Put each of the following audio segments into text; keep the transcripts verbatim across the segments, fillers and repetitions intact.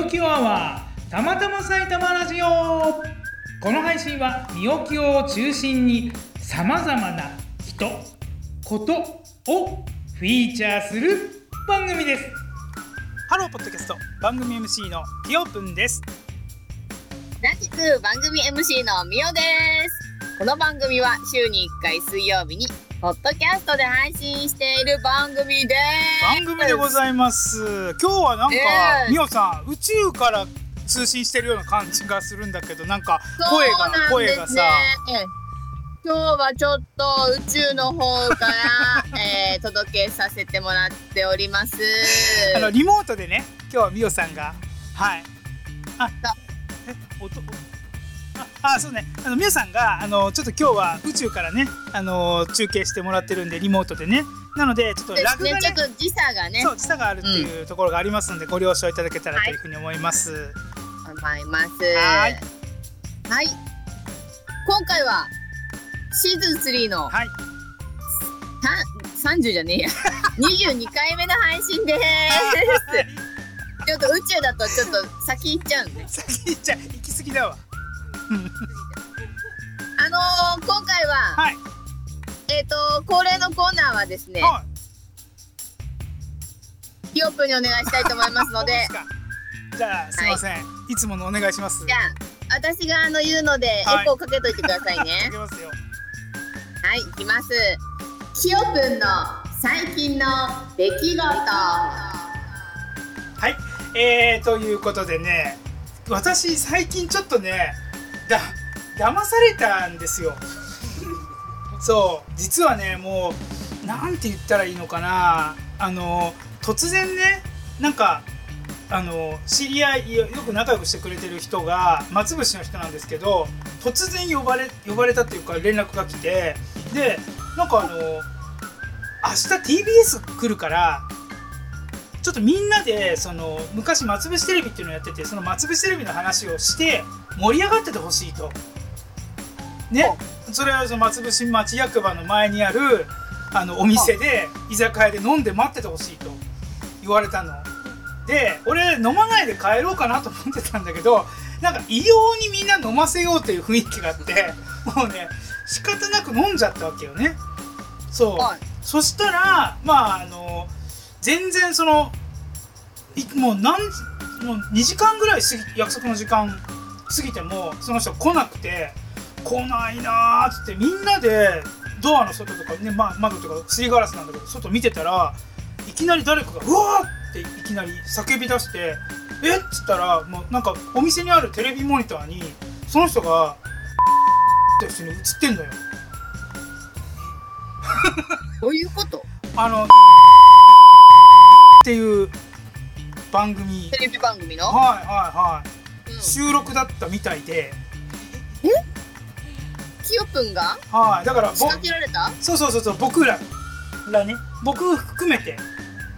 オキオアワーたまたま埼玉ラジオ。この配信はみおきおを中心にさまざまな人、ことをフィーチャーする番組です。 ハローポッドキャスト番組 エムシー のきよぷんです。 同じく番組 エムシー のみおです。この番組は週にいっかい水曜日にポッドキャストで配信している番組です。 番組でございます。今日はなんか、えー、みおさん宇宙から通信してるような感じがするんだけど、なんか声が、ね、声がさ、 今日はちょっと宇宙の方から、えー、届けさせてもらっております。 あのリモートでね、今日はみおさんがはいあえ音ああそうね、あのみおさんがあのちょっと今日は宇宙からねあの中継してもらってるんで、リモートでね、なのでちょっとラグがね、 ちょっと時差がね、 そう時差があるっていうところがありますので、うん、ご了承いただけたらというふうに思います。 はい、思います。 はいはい、今回はシーズンスリーの、はい、さんじゅうじゃねえやにじゅうにかいめの配信ですちょっと宇宙だとちょっと先行っちゃうんで先行っちゃう、行き過ぎだわあのー、今回は、はい、えっ、ー、と恒例のコーナーはですね、はい、きよぷんにお願いしたいと思いますのでじゃあすいません、はい、いつものお願いします。 じゃあ私があの言うので、はい、エコーかけといてくださいねかけますよ。 はい、いきます。きよぷんの最近の出来事。 はい、えー、ということでね、私最近ちょっとねだ騙されたんですよそう実はね、もうなんて言ったらいいのかな、あの突然ね、なんかあの知り合いよく仲良くしてくれてる人が松伏の人なんですけど、突然呼ばれ呼ばれたっていうか連絡が来て、でなんかあの明日 ティービーエス 来るからちょっとみんなでその昔松伏テレビっていうのをやってて、その松伏テレビの話をして盛り上がっててほしいとね。それはその松伏町役場の前にあるあのお店で居酒屋で飲んで待っててほしいと言われたので、俺飲まないで帰ろうかなと思ってたんだけど、なんか異様にみんな飲ませようという雰囲気があって、もうね仕方なく飲んじゃったわけよね。そう、はい、そしたらまああの全然そのもう何もうにじかんぐらい過ぎ約束の時間過ぎてもその人来なくて、来ないなーっつってみんなでドアの外とかね、ま、窓とかすりガラスなんだけど外見てたら、いきなり誰かがうわーっていきなり叫び出して、えっつったらもうなんかお店にあるテレビモニターにその人がって人に映ってんのよどういうこと？ あのっていう番組、 テレビ番組のはいはいはい、うん、収録だったみたいで、 えきよぷんがはい、だから仕掛けられた？ そうそうそうそう、僕ららね、僕含めて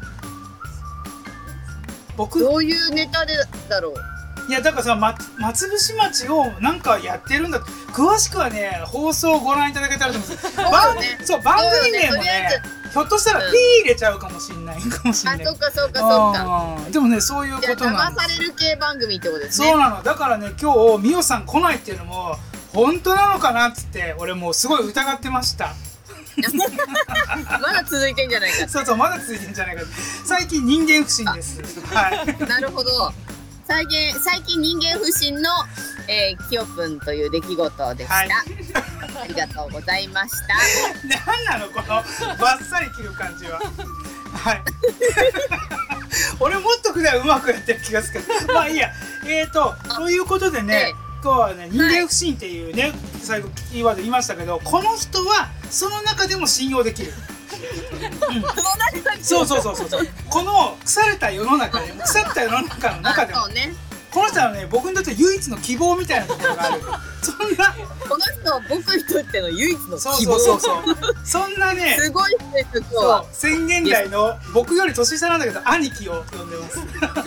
僕どういうネタでだろう。 いやだからさ、ま、松伏町をなんかやってるんだ。詳しくはね放送をご覧いただけたらと思うんですけど、番, そう番組名もねひょっとしたらピー入れちゃうかもしれないかもしれない、 うん、あ、そうかそうかそうか。 でもねそういうことなんです。 騙される系番組ってことですね。 そうなの。だからね今日みおさん来ないっていうのも本当なのかなっつって俺もうすごい疑ってましたまだ続いてんじゃないかって。 そうそう、まだ続いてんじゃないかって。最近人間不信です。はいなるほど。最近最近人間不信の、えー、きよぷんという出来事でした、はい、ありがとうございました何なのこのバッサリ切る感じははい俺もっと普段うまくやってる気がするけどまあいいや。えーとということでね、ええ、今日はね人間不信っていうね、はい、最後キーワード言いましたけど、この人はその中でも信用できるうん、そうそうそうそうこの腐れた世の中で腐った世の中の中でも、ね、この人はね僕にとって唯一の希望みたいなところがあるそんなこの人は僕にとっての唯一の希望。 そうそうそうそうそんなねすごいです今日は。 宣言台の僕より年下なんだけど兄貴を呼んでます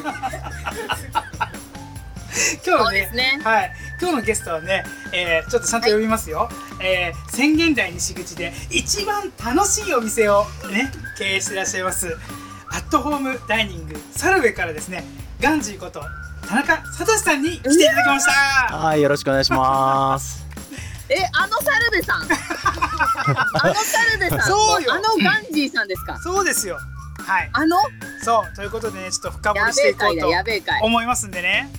今日の ね, ね、はい、今日のゲストはね、えー、ちょっとちゃんと呼びますよ、はい。えー、宣言台西口で一番楽しいお店をね経営していらっしゃいますアットホームダイニングサルベからですね、ガンジーこと田中聡さんに来ていただきました。 はい、よろしくお願いします。 え、あのサルベさん。あのサルベさん。 そうよ。 あのガンジーさんですか。 そうですよ。はい。 あの。 そうということでね、ちょっと深掘やりしていこうとやべえかい。 思いますんでね。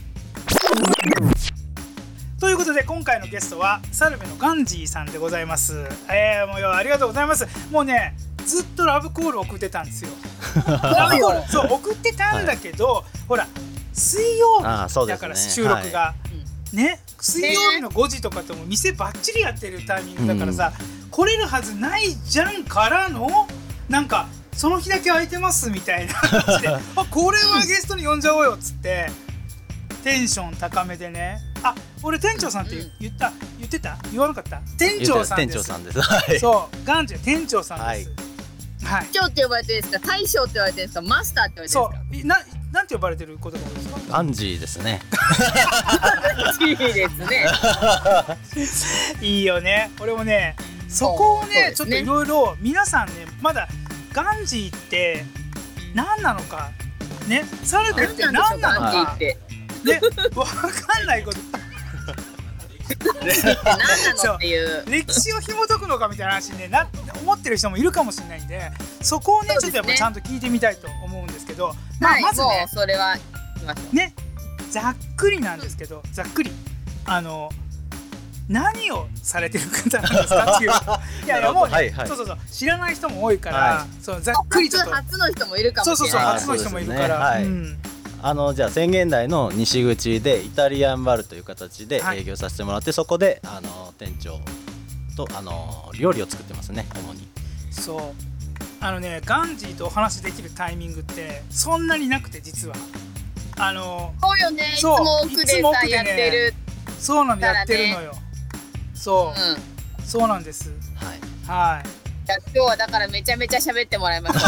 ということで今回のゲストはサルベのガンジーさんでございます。えー、もうありがとうございます。もうねずっとラブコール送ってたんですよ。ラブコールそう送ってたんだけど、はい、ほら水曜日だから収録が、はい、ね水曜日のごじとかとも店バッチリやってるタイミングだからさ、うん、来れるはずないじゃんからのなんかその日だけ空いてますみたいな感じであこれはゲストに呼んじゃおうよっつってテンション高めでね。あ、俺店長さんって言った、うん、言ってた言わなかった。店長さんです。店長さんです。はい、そうガンジー店長さんです。はい。 店長って呼ばれてるんですか、大将って呼ばれてるんですか、マスターって呼ばれてるんですか。 そうななんて呼ばれてることが多いですか。 ガンジーですね。 ガンジーですね。 いいよね。俺もねそこをね、ねちょっといろいろ皆さんねまだガンジーって何なのかね、サルベって何なのかね分かんないこと歴史を紐解くのかみたいな話に、ね、な思ってる人もいるかもしれないんで、そこをねちょっとやっぱちゃんと聞いてみたいと思うんですけど、まあ、 はい、 まずねそれはねざっくりなんですけど、ざっくりあの何をされてる方なんですかっていういやいやもうね、はいはい、そうそうそう知らない人も多いから、はい、そうざっくりちょっと初の人もいるかもしれない。 そうそうそう初の人もいるから、はい、うん、 あのじゃあ宣言台の西口でイタリアンバルという形で営業させてもらって、はい、そこであの店長とあの料理を作ってますね主に。 そうあのねガンジーとお話できるタイミングってそんなになくて実はあのそうよね、いつも奥でさ、ね、やってるそうなんでやってるのよ。そう、うん、そうなんです。はいはい。 じゃあ今日はだからめちゃめちゃ喋ってもらいました。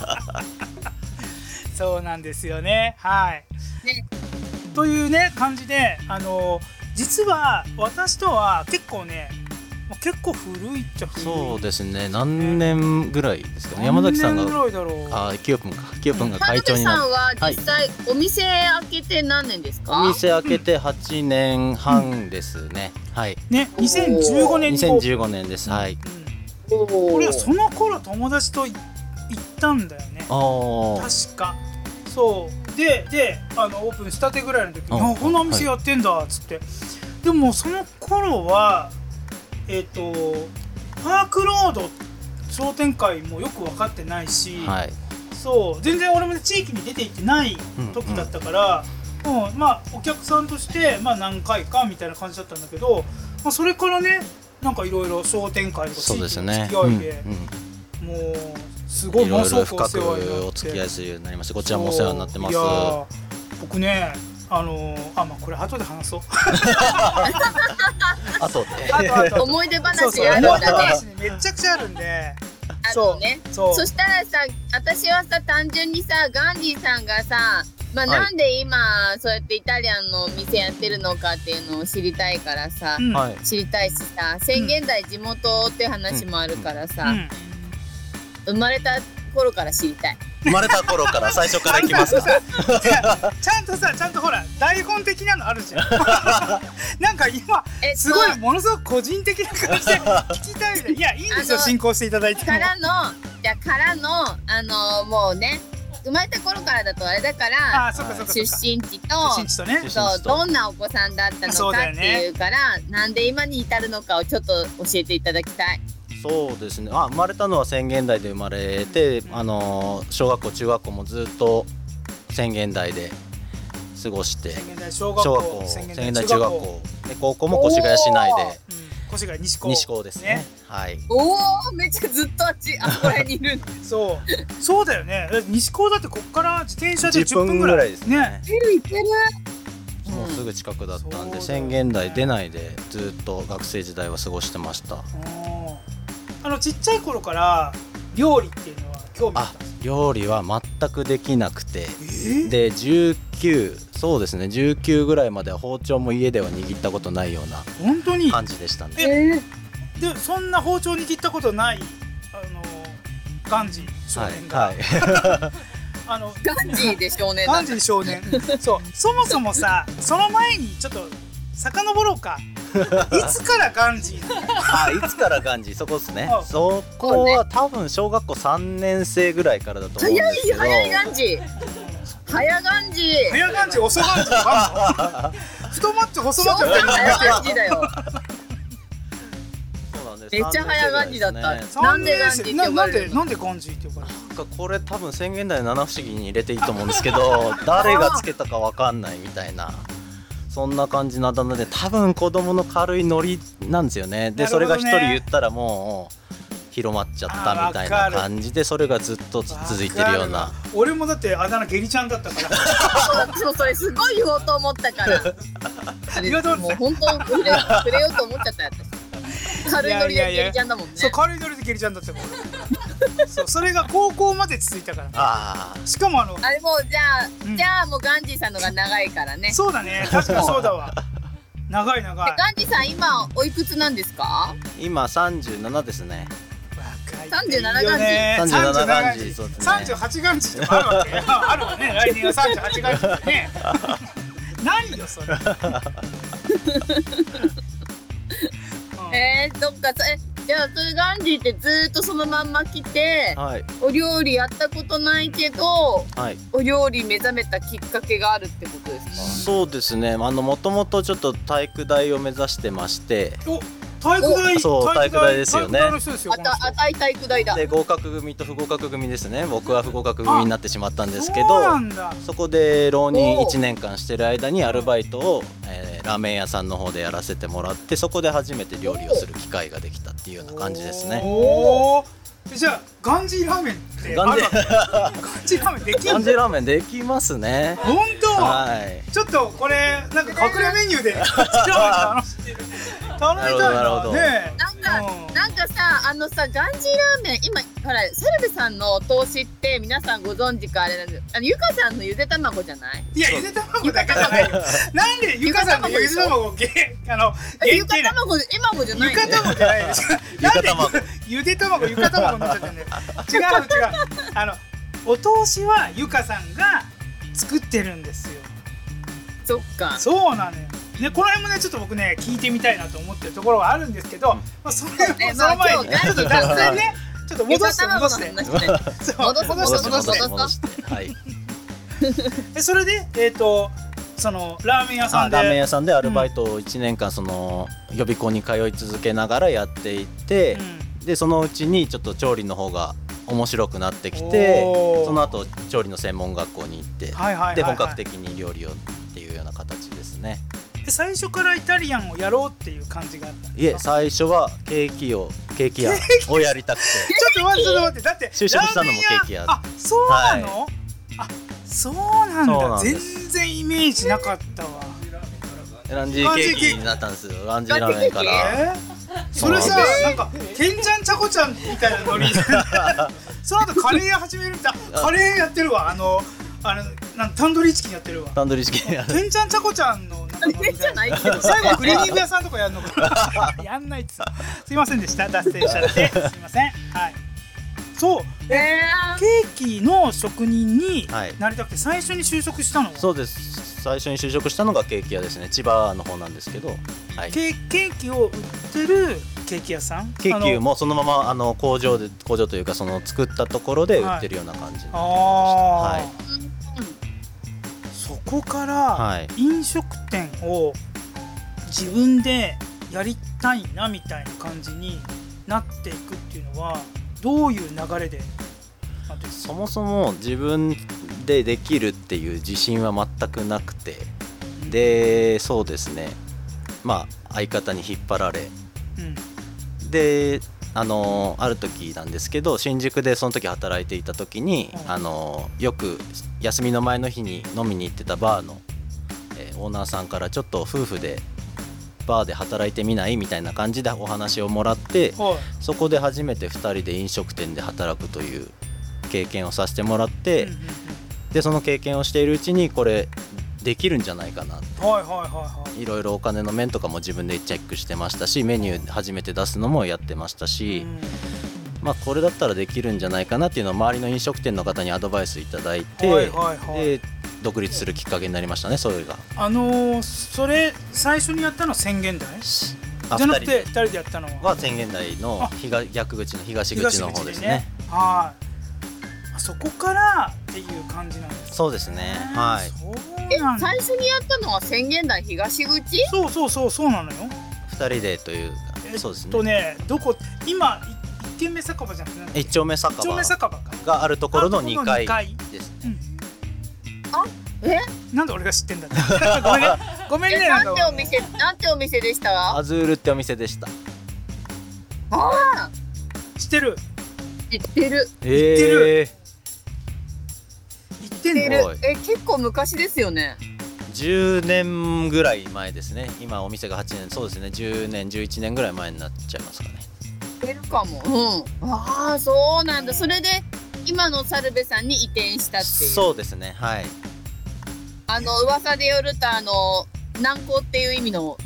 そうなんですよね。はい。 ね、 というね感じであの実は私とは結構ね結構古いっちゃ古い。 そうですね。何年ぐらいですかね。山崎さんが何年ぐらいだろう。 あ、キヨプンか。キヨプンが会長になる。 山崎さんは実際お店開けて何年ですか？ お店開けてはちねんはんですね。うん、はい。 ね、にせんじゅうごねんに。 にせんじゅうごねんです。はい。 うん、俺はその頃友達と行ったんだよね。あ確か。そうでであのオープンしたてぐらいの時にあこんなお店やってんだっつって、はい、でもその頃はえっとパークロード商店会もよく分かってないし、はい、そう全然俺も地域に出て行ってない時だったから、うんうんうん、まあお客さんとして、まあ、何回かみたいな感じだったんだけど、まあ、それからねなんかいろいろ商店会とか地域の付き合いで、うんうん、もうすごいいろいろ深くお付き合いするようになりまして、こちらもお世話になってます。いや僕ねあのー、あまあこれ後で話そう後であとあと思い出話があるんだね。 話めちゃくちゃあるんであのね、そう そ, そしたらさ私はさ単純にさガンジーさんがさ、まあ、なんで今、はい、そうやってイタリアンの店やってるのかっていうのを知りたいからさ、うん、知りたいしさ宣言台地元って話もあるからさ、うんうん、生まれた頃から知りたい。 生まれた頃から最初からいきますか。 ちゃんとさちゃんとほら台本的なのあるじゃん。なんか今すごいものすごく個人的な感じで聞きたいみたいな。いやいいんですよ進行していただいても。 からのじゃからのあのもうね生まれた頃からだとあれだから出身地とそうどんなお子さんだったのかっていうから、ね、なんで今に至るのかをちょっと教えていただきたい。 そうですね。あ、生まれたのは宣言台で生まれて、あの小学校中学校もずっと宣言台で過ごして、 宣言台小学校、 宣言台中学校で高校も越谷市内で、うん、 越谷西高西高ですね。ねはい。 おお、めっちゃずっとあっちあそこらにいる。 そうそうだよね。西高だってここから自転車でじゅっぷんぐらいですね。 いけるいける。 もうすぐ近くだったんで、宣言台出ないでずっと学生時代は過ごしてました。 あのちっちゃい頃から料理っていうのは興味あったんですか？ 料理は全くできなくて、でじゅうきゅうそうですねじゅうきゅうぐらいまでは包丁も家では握ったことないような本当に感じでしたね。 えー、でそんな包丁握ったことないあのガンジー少年が、はいはい、 あのガンジーで少年ガンなんだ。 ジー少年そうそもそもさその前にちょっと遡ろうかいつからガンジーなのあいつからガンジーそこですねあそこは多分小学校さんねん生ぐらいからだと思うん早いですけど早いガンジー。早ガンジー。 早ガンジー遅ガンジーあんの太マッチョ細マッチョみたいな早ガンジーだよ。 そうなんですめっちゃ早ガンジーだった。 さんねん生なんでガンジーってななん呼ばれるの？ でなんでガンジーって呼ばれるのなんかこれ多分宣言台七不思議に入れていいと思うんですけど誰がつけたかわかんないみたいなそんな感じのあだ名で多分子供の軽いノリなんですよねでなるほどねそれが一人言ったらもう広まっちゃったみたいな感じでそれがずっと続いてるような俺もだってあだ名ゲリちゃんだったからそう、それすごい言おうと思ったから。あれ言おうと思ったもう本当触れ触れようと思っちゃったやつ。軽いノリでゲリちゃんだもんね。 そう軽いノリでゲリちゃんだったからそうそれが高校まで続いたからあしかもあのあれもうじゃあ、 うんじゃあもうガンジーさんのが長いからね。 そうだね確かにそうだわ長い長いでガンジーさん今おいくつなんですか？ 今さんじゅうななですね若いさんじゅうなないいよねガンジーさんじゅうななガンジーさそうですねさんじゅうはちガンジーとかあるわけあるわね来年はさんじゅうはちガンジーってね何よそれうんえー、どっかさえじゃあそれガンジーってずーっとそのまんま来てはいお料理やったことないけどはいお料理目覚めたきっかけがあるってことですか？ そうですねあのもともとちょっと体育大を目指してましてお体育大そう体育大ですよね体育大の人ですよあたあたい体育大だ。 で合格組と不合格組ですね僕は不合格組になってしまったんですけそうどなんだそこで浪人いちねんかんしてる間にアルバイトを、えーラーメン屋さんの方でやらせてもらってそこで初めて料理をする機会ができたっていうような感じですねおおじゃあガンジーラーメンってあガンジるわけガンジーラーメンできるガンジーラーメンできますね本当はいちょっとこれなんか隠れメニューでガンジーラーメン楽しんでる頼みたいなるほどなねなんか、 うんなんかさあのさガンジーラーメン今ほらサルベさんのお通しって皆さんご存知かあれなんですあのゆかさんのゆで卵じゃない？ いやゆで卵だけじゃないよなんでゆかさんのゆで卵をげあのゆか原型な卵ゆ卵じゃないゆか卵じゃないですゆか卵なんでゆで卵ゆか卵になっちゃってんだよ違う違うあのお通しはゆかさんが作ってるんですよそっか。 そうなのよね、この辺もねちょっと僕ね聞いてみたいなと思ってるところがあるんですけど、まあ、それえその前にまあちょっと脱線ねちょっと戻してゆか戻して卵の話ねそう戻そう戻して戻して戻そう戻してはいでそれでえっ、とそのラーメン屋さんであラーメン屋さんでアルバイトをいちねんかんその予備校に通い続けながらやっていて、でそのうちにちょっと調理の方が面白くなってきておーその後調理の専門学校に行って、 はいはいはいはいで本格的に料理をっていうような形ですね。 で最初からイタリアンをやろうっていう感じがあったんいえですか最初はケーキをケーキ屋をやりたくてちょっと待ってちょっと待ってだって就職したのもケーキ屋ラーメンあそうなの、 はあそうなんそうだなんです全然イメージなかったわランジーケーキになったんですよランジーラーメンから。 えそれさなんかケンちゃんちゃこちゃんみたいなノリその後カレー屋始めるみたいカレーやってるわあのあのなんタンドリーチキンやってるわタンドリーチキンやケンちゃんちゃこちゃんのなんかノリじゃないけど最後クリーニング屋さんとかやるのかなやんないっつすいませんでした脱線しちゃってすいませんはいそうえケーキの職人にはいなりたくて最初に就職したのはそうです最初に就職したのがケーキ屋ですね千葉の方なんですけど、はい、ケケケーキを売ってるケーキ屋さんーキもそのままあの工場で工場というかその作ったところで売ってるような感じになってました。 ああ、 はいそこからはい飲食店を自分でやりたいなみたいな感じになっていくっていうのはどういう流れでなんていうんですかそもそも自分でできるっていう自信は全くなくて、でそうですねまあ相方に引っ張られうんであのある時なんですけど新宿でその時働いていた時に、 うんあのよく休みの前の日に飲みに行ってたバーの、えーオーナーさんからちょっと夫婦でバーで働いてみないみたいな感じでお話をもらってはいそこで初めてふたりで飲食店で働くという経験をさせてもらって、 うんうんうんでその経験をしているうちにこれできるんじゃないかなはいはいはいはいいろいろお金の面とかも自分でチェックしてましたしメニュー初めて出すのもやってましたし、 うんまあ、これだったらできるんじゃないかなっていうのを周りの飲食店の方にアドバイスいただいて、 はいはいはい、 で独立するきっかけになりましたね。それがあのー、それ最初にやったのは宣言台あじゃなくてふたりでやったのはは宣言台の東逆口の東口の方ですね。 はいあそこからっていう感じなんですね。 そうですね。はい。 え最初にやったのは宣言台東口？ そうそうそうそうなのよ。 ふたりでというか、 えそうですね。 とねどこ今一軒目酒場じゃなくて一丁目酒一丁目酒場かがあるところのにかいあここのにですね。 うん、 あえなんで俺が知ってんだってごめんねごめんね。 なんてお店なんてお店でしたアズールってお店でした。 ああ知ってる知ってるえー知ってんの知ってるえ結構昔ですよね。 じゅうねんぐらい前ですね。今お店がはちねん、そうですね、じゅうねんじゅういちねんぐらい前になっちゃいますかね。 知ってるかも。うんああそうなんだ。それで今のサルベさんに移転したっていう。 そうですね。はいあの噂でよるとあの難航っていう意味の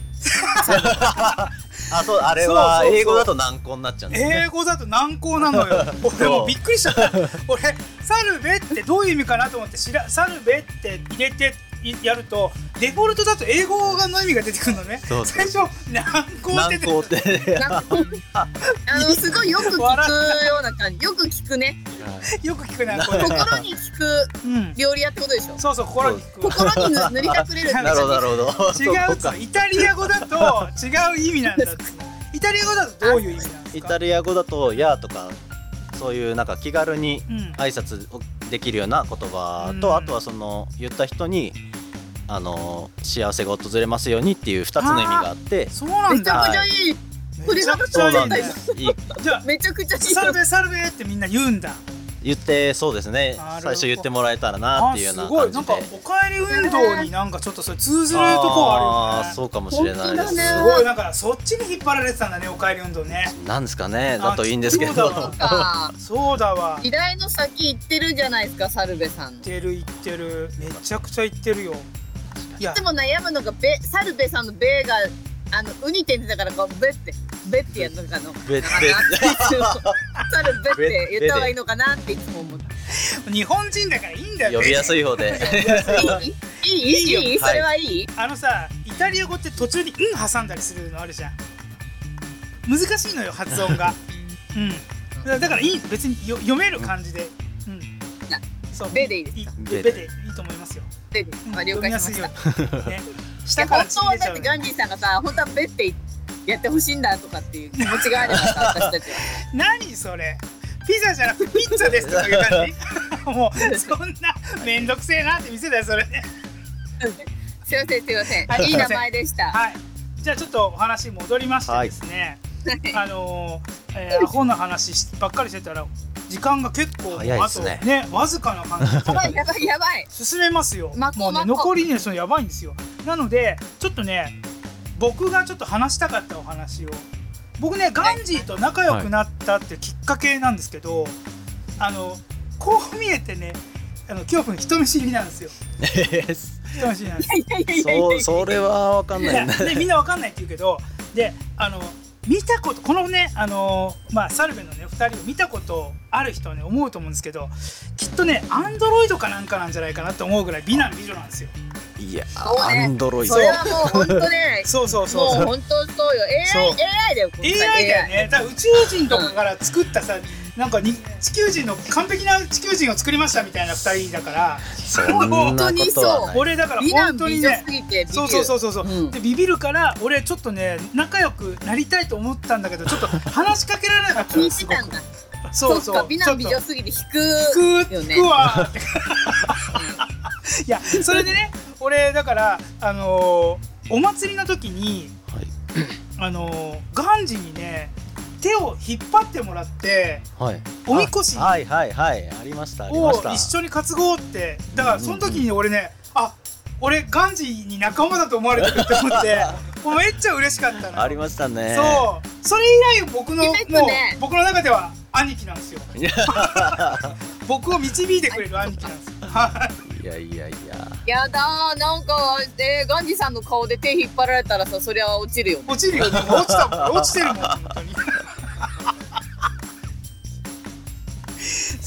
あ、そうあれはそうそうそう英語だと難航になっちゃうんですね。 英語だと難航なのよ俺もびっくりしちゃった俺サルベってどういう意味かなと思って知らサルベって入れてやるとデフォルトだと英語の意味が出てくるのね。 そうそう最初難航って難航ってなんかあのすごいよく聞くような感じ。よく聞くね。 よく聞くなこれ、 心に聞くうん、 料理屋ってことでしょ。 そうそう心に聞く心に塗塗りたくれるってなるほどなるほど。 違うっつそうかイタリア語だと違う意味なんだっつイタリア語だとどういう意味なんですか？ イタリア語だとやーとかそういうなんか気軽にうん挨拶をできるような言葉と、 うんあとはその言った人にあの幸せが訪れますようにっていうふたつの意味があって、 そうなんめちゃだくちゃいい。これがめちゃくちそうゃいんだよないんです。いいじゃあめちゃくちゃいい。 サルベサルベってみんな言うんだ。 言ってそうですね。 なるほど最初言ってもらえたらなっていうようなあすごいなん感じで。 かおかえり運動になんかちょっとそれ通ずるとこあるよね。 あーそうかもしれないです。 本当だねすごいなんかそっちに引っ張られてたんだねおかえり運動ね。 なんですかね。だといいんですけど。 そうだわかそうだわ。 時代の先行ってるじゃないですかサルベさんの。 言ってる言ってるめちゃくちゃ言ってるよ。いやいつも悩むのがベサルベさんのベがあのウニ点でだからこうベってベってやるのかのベッサルベって言った方がいいのかなっていつも思って。 日本人だからいいんだよ。 呼びやすい方で。 いいいいいいいいいいよそれはいい。 あのさイタリア語って途中に「ん」挟んだりするのあるじゃん。難しいのよ発音が。うんだだからいい別によ読める感じで。うんそうベでいいですか？ ベでいいと思いますよ。 ベでうんまあ了解しました。 読みやすいようにねい下からや本当は血出ちゃうだってガンジーさんがさ本当はベってやってほしいんだとかっていう気持ちがあるのさ私たちは。 何それピザじゃなくてピッツァですとかいう感じもうそんなめんどくせえなって店だよそれね。 すいませんすいません、 はいいい名前でした。 はいじゃあちょっとお話戻りましてですね、あのーえー、アホな話しばっかりしてたら時間が結構早いですねあとねわずかな感じやばいやばいやばい。 進めますよ。 まこもうねまこ残りねそのやばいんですよ。なのでちょっとね僕がちょっと話したかったお話を僕ねガンジーと仲良くなったってきっかけなんですけど、あのこう見えてねあの京君人見知りなんですよ。人見知りなんです。 いやいやいやいやそうそれはわかんいやないね。 でみんなわかんないって言うけどであの見たことこのねあのーまあサルベのねふたりを見たことある人はね思うと思うんですけどきっとねアンドロイドかなんかなんじゃないかなと思うぐらい美男美女なんですよ。 いやそうねアンドロイドそれはもう本当ねそうそうそうそうもう本当そうよ エーアイそうエーアイ だよ今エー回アイ だよね。だから宇宙人とかから作ったさなんかに地球人の完璧な地球人を作りましたみたいなふたりだからそんなことはない。 俺だから美本男美女当にねすぎてビビる。 そうそうそうそうそう、 うんでビビるから俺ちょっとね仲良くなりたいと思ったんだけどちょっと話しかけられなかった聞のすごくいてたんだ。 そうそうそっか美男美ちょっ女すぎて引とくよね引く引くわっていやそれでね俺だからあのーお祭りの時にはいあのーガンジにね手を引っ張ってもらってはい。 おみこしあはいはいはいありましたありまをした。 一緒に担ごうってだからその時に俺ね、あ俺ガンジに仲間だと思われてるって思ってもうめっちゃ嬉しかったの。 ありましたね。 そうそれ以来僕のもうイベントね僕の中では兄貴なんですよ。 いや僕を導いてくれる兄貴なんですよ。はいやいやいや。 やだーなんかえーガンジさんの顔で手引っ張られたらさそりゃ落ちるよね。 落ちるよね。落ちたもん落ちてるもん本当に。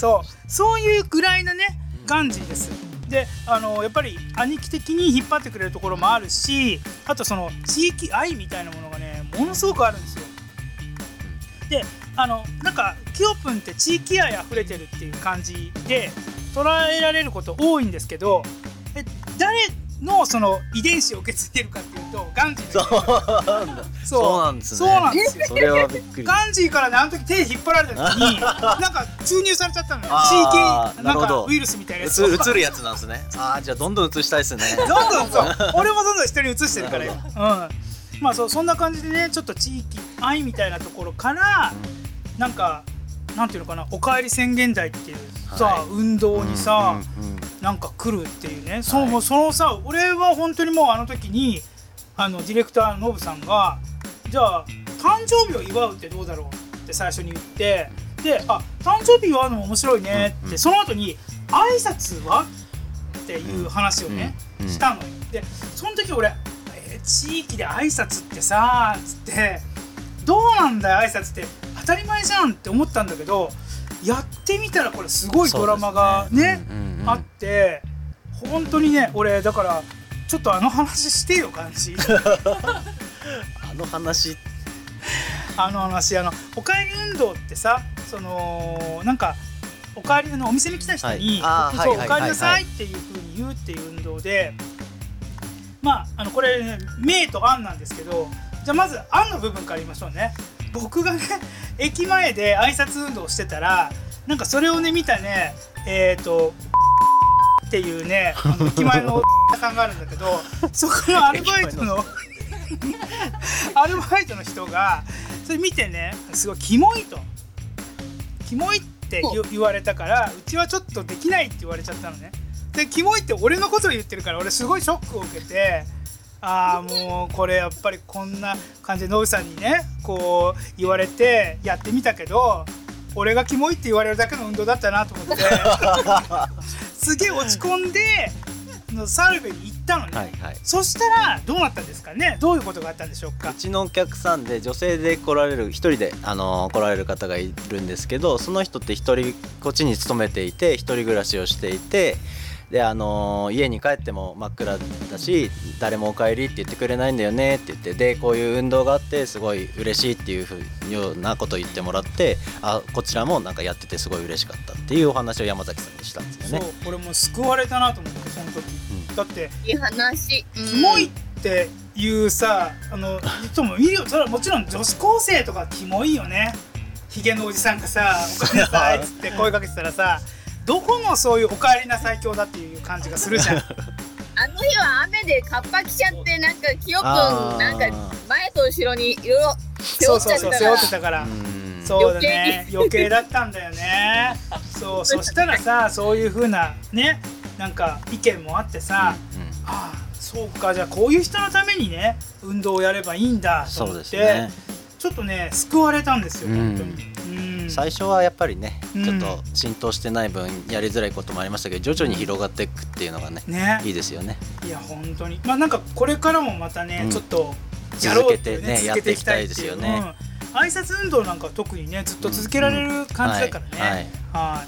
そうそういうぐらいのねガンジーです。であのやっぱり兄貴的に引っ張ってくれるところもあるし、あとその地域愛みたいなものがねものすごくあるんですよ。であのなんかキヨプンって地域愛あふれてるっていう感じで捉えられること多いんですけど、え誰のその遺伝子を受け継いでるかっていうとガンジーのそうなんですね。 そうなんですよ。 それはびっくり。 ガンジーからねあの時手引っ張られた時になんか注入されちゃったのよ。 あーシーケー なんなるほどかウイルスみたいなやつうつ映るやつなんですね。ああじゃあどんどん映したいですね。 どんどんそう俺もどんどん人に移してるからよ。うんまあそうそんな感じでねちょっと地域愛みたいなところから、うん、なんかなんていうのかなおかえり宣言台っていうさ、はい、運動にさ、うんうんうん、なんか来るっていうね、はい、そのそのさ俺は本当にもうあの時にあのディレクターのノブさんがじゃあ誕生日を祝うってどうだろうって最初に言ってであ誕生日祝うのも面白いねって、うんうん、その後に挨拶はっていう話をね、うんうん、したのよ。でその時俺、えー、地域で挨拶ってさつってどうなんだよ挨拶って当たり前じゃんって思ったんだけどやってみたらこれすごいドラマが ね, ね、うんうんうん、あって本当にね俺だからちょっとあの話してよ感じあの話あの話あのおかえり運動ってさそのなんかおかえりのお店に来た人に、はい、そう、はいはい、おかえりなさいっていう風に言うっていう運動でまああのこれね明と暗なんですけどじゃあまず暗の部分から言いましょうね。僕がね駅前で挨拶運動をしてたらなんかそれをね見たねえっ、ー、とっていうねあの駅前のお屋さんがあるんだけどそこのアルバイトのアルバイトの人がそれ見てねすごいキモいとキモいって言われたからうちはちょっとできないって言われちゃったのね。でキモいって俺のことを言ってるから俺すごいショックを受けてああもうこれやっぱりこんな感じでノブさんにねこう言われてやってみたけど俺がキモいって言われるだけの運動だったなと思ってすげえ落ち込んでサルベに行ったのね、はいはい、そしたらどうなったんですかね。どういうことがあったんでしょうか。 うちのお客さんで女性で来られる一人で、あのー、来られる方がいるんですけどその人って一人こっちに勤めていて一人暮らしをしていてであのー、家に帰っても真っ暗だし誰もお帰りって言ってくれないんだよねって言ってでこういう運動があってすごい嬉しいっていうふうようなことを言ってもらってあこちらもなんかやっててすごい嬉しかったっていうお話を山崎さんにしたんですよね。 そう俺も救われたなと思ってその時、うん、だっていい話、うん、 キモいっていうさあのいつもいるよ。それはもちろん女子高生とかキモいよね。ヒゲのおじさんがさおかえりなさいっつって声かけてたらさどこもそういうおかえりな最強だっていう感じがするじゃん。 あの日は雨でカッパ来ちゃってなんかキヨくんなんか前と後ろにいろいろ背負っちゃったから。そうそうそう背負ってたからそうだね余計だったんだよね。そうそしたらさそういう風なねなんか意見もあってさ、うんうん、ああそうかじゃあこういう人のためにね運動をやればいいんだと思って、ね、ちょっとね救われたんですよ、うん、本当に。 最初はやっぱりね、うん、ちょっと浸透してない分やりづらいこともありましたけど徐々に広がっていくっていうのが ね, ねいいですよね。 いや本当にまあなんかこれからもまたね、うん、ちょっとやろうっていうね続けていきたいですよね。うん、挨拶運動なんか特にねずっと続けられる感じだからね、うんうん、はい、はい、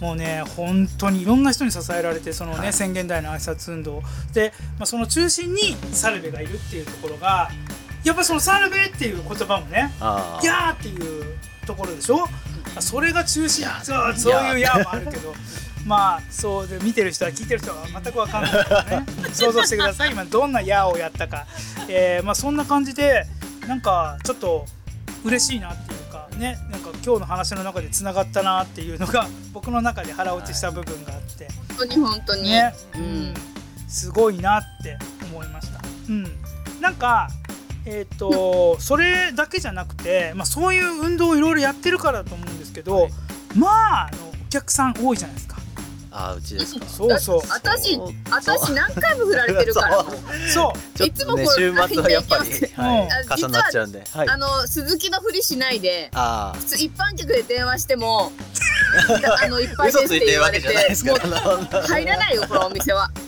もうね本当にいろんな人に支えられてそのね、はい、宣言台の挨拶運動で、まあ、その中心にサルベがいるっていうところがやっぱそのサルベっていう言葉もねやーっていうところでしょ。それが中心そうそういうやーもあるけどまあそうで見てる人は聞いてる人は全く分かんないからね想像してください今どんなやーをやったか、えー、まあそんな感じでなんかちょっと嬉しいなっていうかねなんか今日の話の中でつながったなっていうのが僕の中で腹落ちした部分があって本当に本当にね、うん、すごいなって思いました。うん、なんかえーとそれだけじゃなくて、まあ、そういう運動をいろいろやってるからだと思うんですけど、はい、まあ、あのお客さん多いじゃないですか。 あうちですか。 そうそう私私何回も振られてるからそういつもこれ、 ね、週末はやっぱり、はい、重なっちゃうんで、 はい、あの鈴木のふりしないであ普通一般客で電話してもあのいっぱいですって言われてもう入らないよこのお店は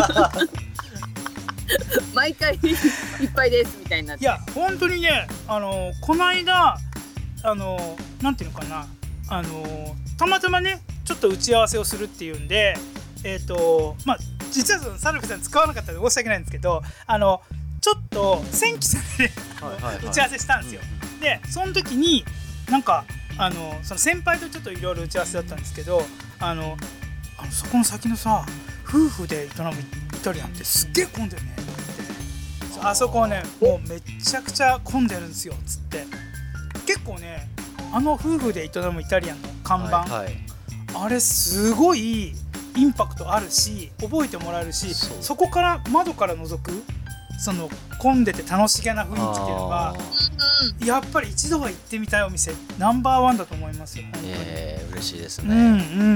毎回いっぱいですみたいになって。 いや本当にねあのこの間あのなんていうのかなあのたまたまねちょっと打ち合わせをするっていうんで、えっとまあ実はそのサルフさん使わなかったので申し訳ないんですけど、あのちょっと千木さんで打ち合わせしたんですよ。でその時になんかあのその先輩とちょっといろいろ打ち合わせだったんですけど、あのあのそこの先のさ夫婦で営むイタリアンってすっげえ混んでるねって言って、あそこはねもうめちゃくちゃ混んでるんですよっつって、結構ねあの夫婦で営むイタリアンの看板、はいはい、あれすごいインパクトあるし覚えてもらえるし、 そ, そこから窓から覗くその混んでて楽しげな雰囲気っていうのがやっぱり一度は行ってみたいお店ナンバーワンだと思いますよ。本当に、 えー、嬉しいですね。 うんうん、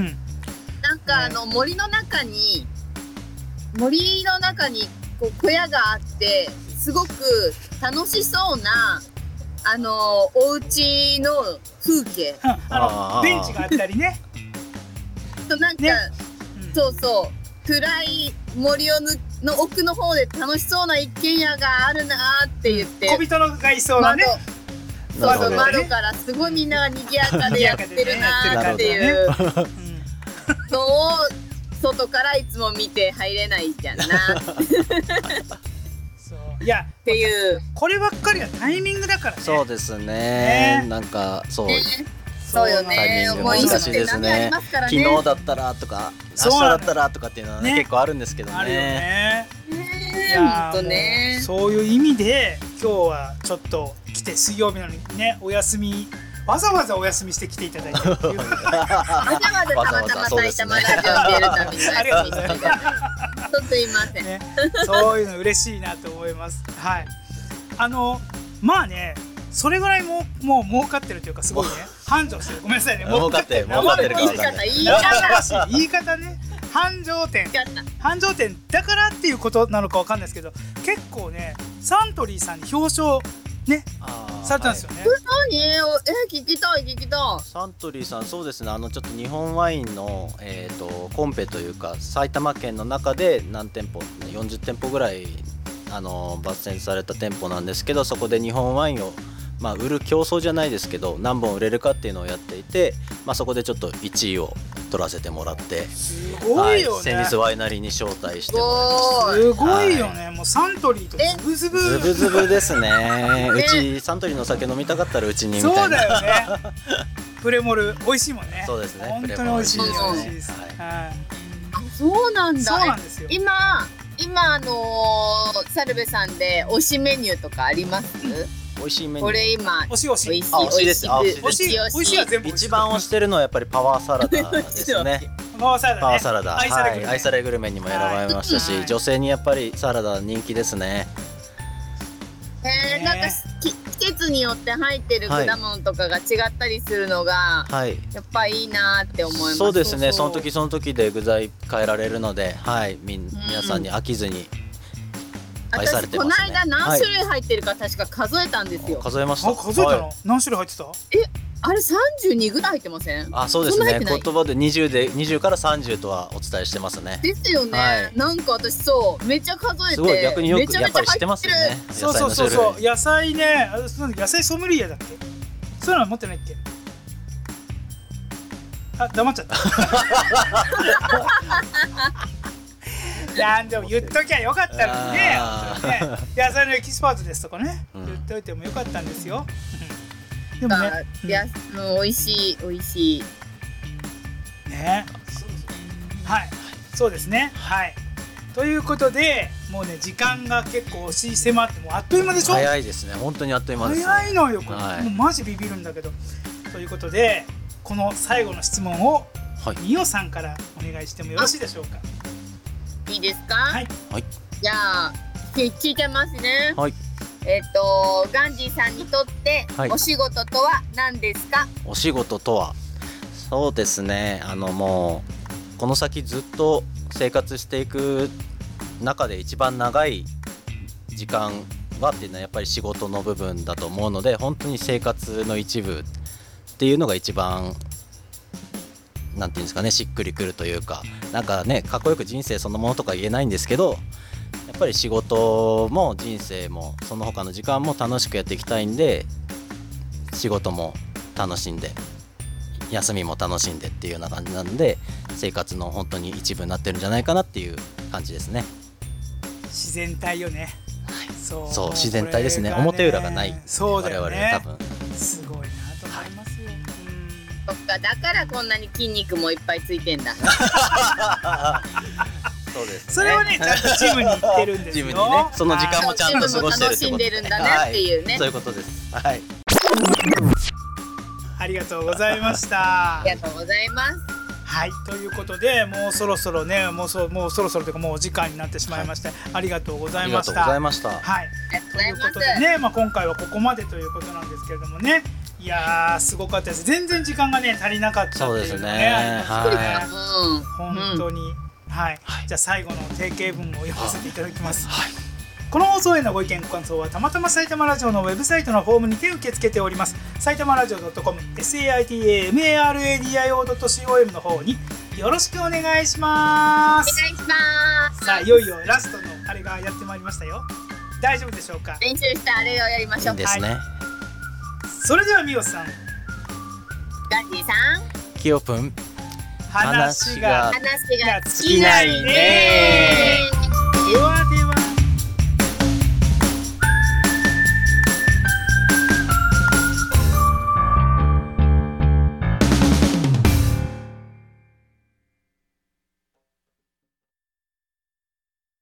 なんかあの森の中に森の中にこう小屋があってすごく楽しそうなあのお家の風景、 うん、あのベンチがあったりねとなんか、ね、うん、そうそう暗い森をぬの奥の方で楽しそうな一軒家があるなって言って小人のがいそうなね窓、そうそう窓からすごいみんなが賑やかでやってるなっていうのを外からいつも見て入れないじゃんなそういやっていうこればっかりはタイミングだからね。 そうですね、ね、なんかそう、ね、 そうよね、 タイミング難しいですね。昨日だったらとか明日だったらとかっていうのは、ねね、結構あるんですけどね。 あるよね。 いやほんとね。 そういう意味で今日はちょっと来て水曜日なのにねお休みわざわざお休みして来ていただいてわざわざたまたま埼玉ラジオ出るためにお休みしていただいてちょっとすいません、ね、 そういうの嬉しいなと思います。はい。あのまあねそれぐらいもうもう儲かってるというかすごいね繁盛してる。ごめんなさいね儲かってる儲かってるか言い方言い方言い方ね繁盛店繁盛店だからっていうことなのかわかんないですけど結構ねサントリーさんに表彰ねされたんですよね。 何？え聞きたい聞きたい。 サントリーさんそうですねあのちょっと日本ワインの、えー、とコンペというか埼玉県の中で何店舗よんじゅってんぽぐらいあの抜粋された店舗なんですけどそこで日本ワインをまあ、売る競争じゃないですけど何本売れるかっていうのをやっていて、まあ、そこでちょっといちいを取らせてもらってすごいよね、はい、 先日ワイナリーに招待してもらいました。 すごいよね、はい、もうサントリーとズブズブズブズブですねうちサントリーの酒飲みたかったらうちにみたいな。 そうだよねプレモル美味しいもんね。 そうですね本当に美味しいです、 美味しいです、はいはい、 そうなんだ。 そうなんですよ。 今今あのー、サルベさんで推しメニューとかあります？ 美味しいメニュー。 これ今推し推し。 美味しい推しです。 推し推しは全部。 一番推してるのはやっぱりパワーサラダですね。 パワーサラダ、ね。 パワーサラダ。 愛されグルメ、 はい、愛されグルメにも選ばれましたし、はい、女性にやっぱりサラダ人気ですね。 えー、なんか季節によって入ってる果物とかが違ったりするのが、はい、やっぱいいなって思います。 そうですね。その時その時で具材変えられるので、はい、み皆さんに飽きずに。愛されてますね。 私この間何種類入ってるか確か数えたんですよ。 数えました。 あ、数えたの、はい、何種類入ってた？ え、あれさんじゅうにぐらい入ってません？ あ、そうですね。言葉でにじゅうでにじゅうからさんじゅうとはお伝えしてますね。 ですよね。はい、なんか私そうめっちゃ数えて、 すごい逆によくやっぱり知ってますよね。 そうそうそうそう。野菜ね、野菜ソムリエだっけ？そういうの持ってないっけ？あ、黙っちゃった。なんでも言っときゃよかったのにね。野菜のエキスパートですとかね、うん、言っといてもよかったんですよ。でもね、 いや、もう美味しい美味しい。 ね。はい、そうですね。はい。ということで、もうね時間が結構押し迫ってもうあっという間でしょ。 早いですね。本当にあっという間です、ね。 早いのよこれ、 はい、 もうマジビビるんだけど。ということで、この最後の質問を、はい、ミオさんからお願いしてもよろしいでしょうか。 いいですか？ はい。 はい。 じゃあ聞いてますね。 はい。 えっとガンジーさんにとってお仕事とは何ですか？はい、 お仕事とはそうですね。あのもうこの先ずっと生活していく中で一番長い時間はっていうのはやっぱり仕事の部分だと思うので、本当に生活の一部っていうのが一番なんていうんですかね、しっくりくるというか、なんかねかっこよく人生そのものとか言えないんですけど、やっぱり仕事も人生もその他の時間も楽しくやっていきたいんで、仕事も楽しんで休みも楽しんでっていうような感じなんで、生活の本当に一部になってるんじゃないかなっていう感じですね。 自然体よね。そうそう自然体ですね。 これが表裏がない、 そうだよね。 我々多分すごいなと思いますよ。 そっか、だからこんなに筋肉もいっぱいついてんだ。 そうですね。 それはね、ちゃんとジムに行ってるんですよ。 ジムにね、その時間もちゃんと過ごしてるってこと楽しんでるんだねっていうね、 はい、そういうことです。はい。 ありがとうございました。 ありがとうございます。 はい、ということで、もうそろそろね、もうそもうそろそろというかもうお時間になってしまいまして、はい、ありがとうございました。 ありがとうございました。 はい。 ありがとうございます。 ということでね、まあ今回はここまでということなんですけれどもね。いやーすごかったです。全然時間がね足りなかったっていうのがね、ありますね。はい、本当に、うん、はい。はい、じゃあ最後の定型文を読ませていただきます。はい。この放送へのご意見ご感想はたまたま埼玉ラジオのウェブサイトのフォームにて受け付けております。埼玉ラジオ .com、サイタマラディオ ドットコム の方によろしくお願いします。 お願いします。 さあいよいよラストのあれがやってまいりましたよ。大丈夫でしょうか。 練習したあれをやりましょう。 いいですね。はい、 それではみおさん、 ガンジーさん、 きよぷん、 話が話が尽きないね。ではでは。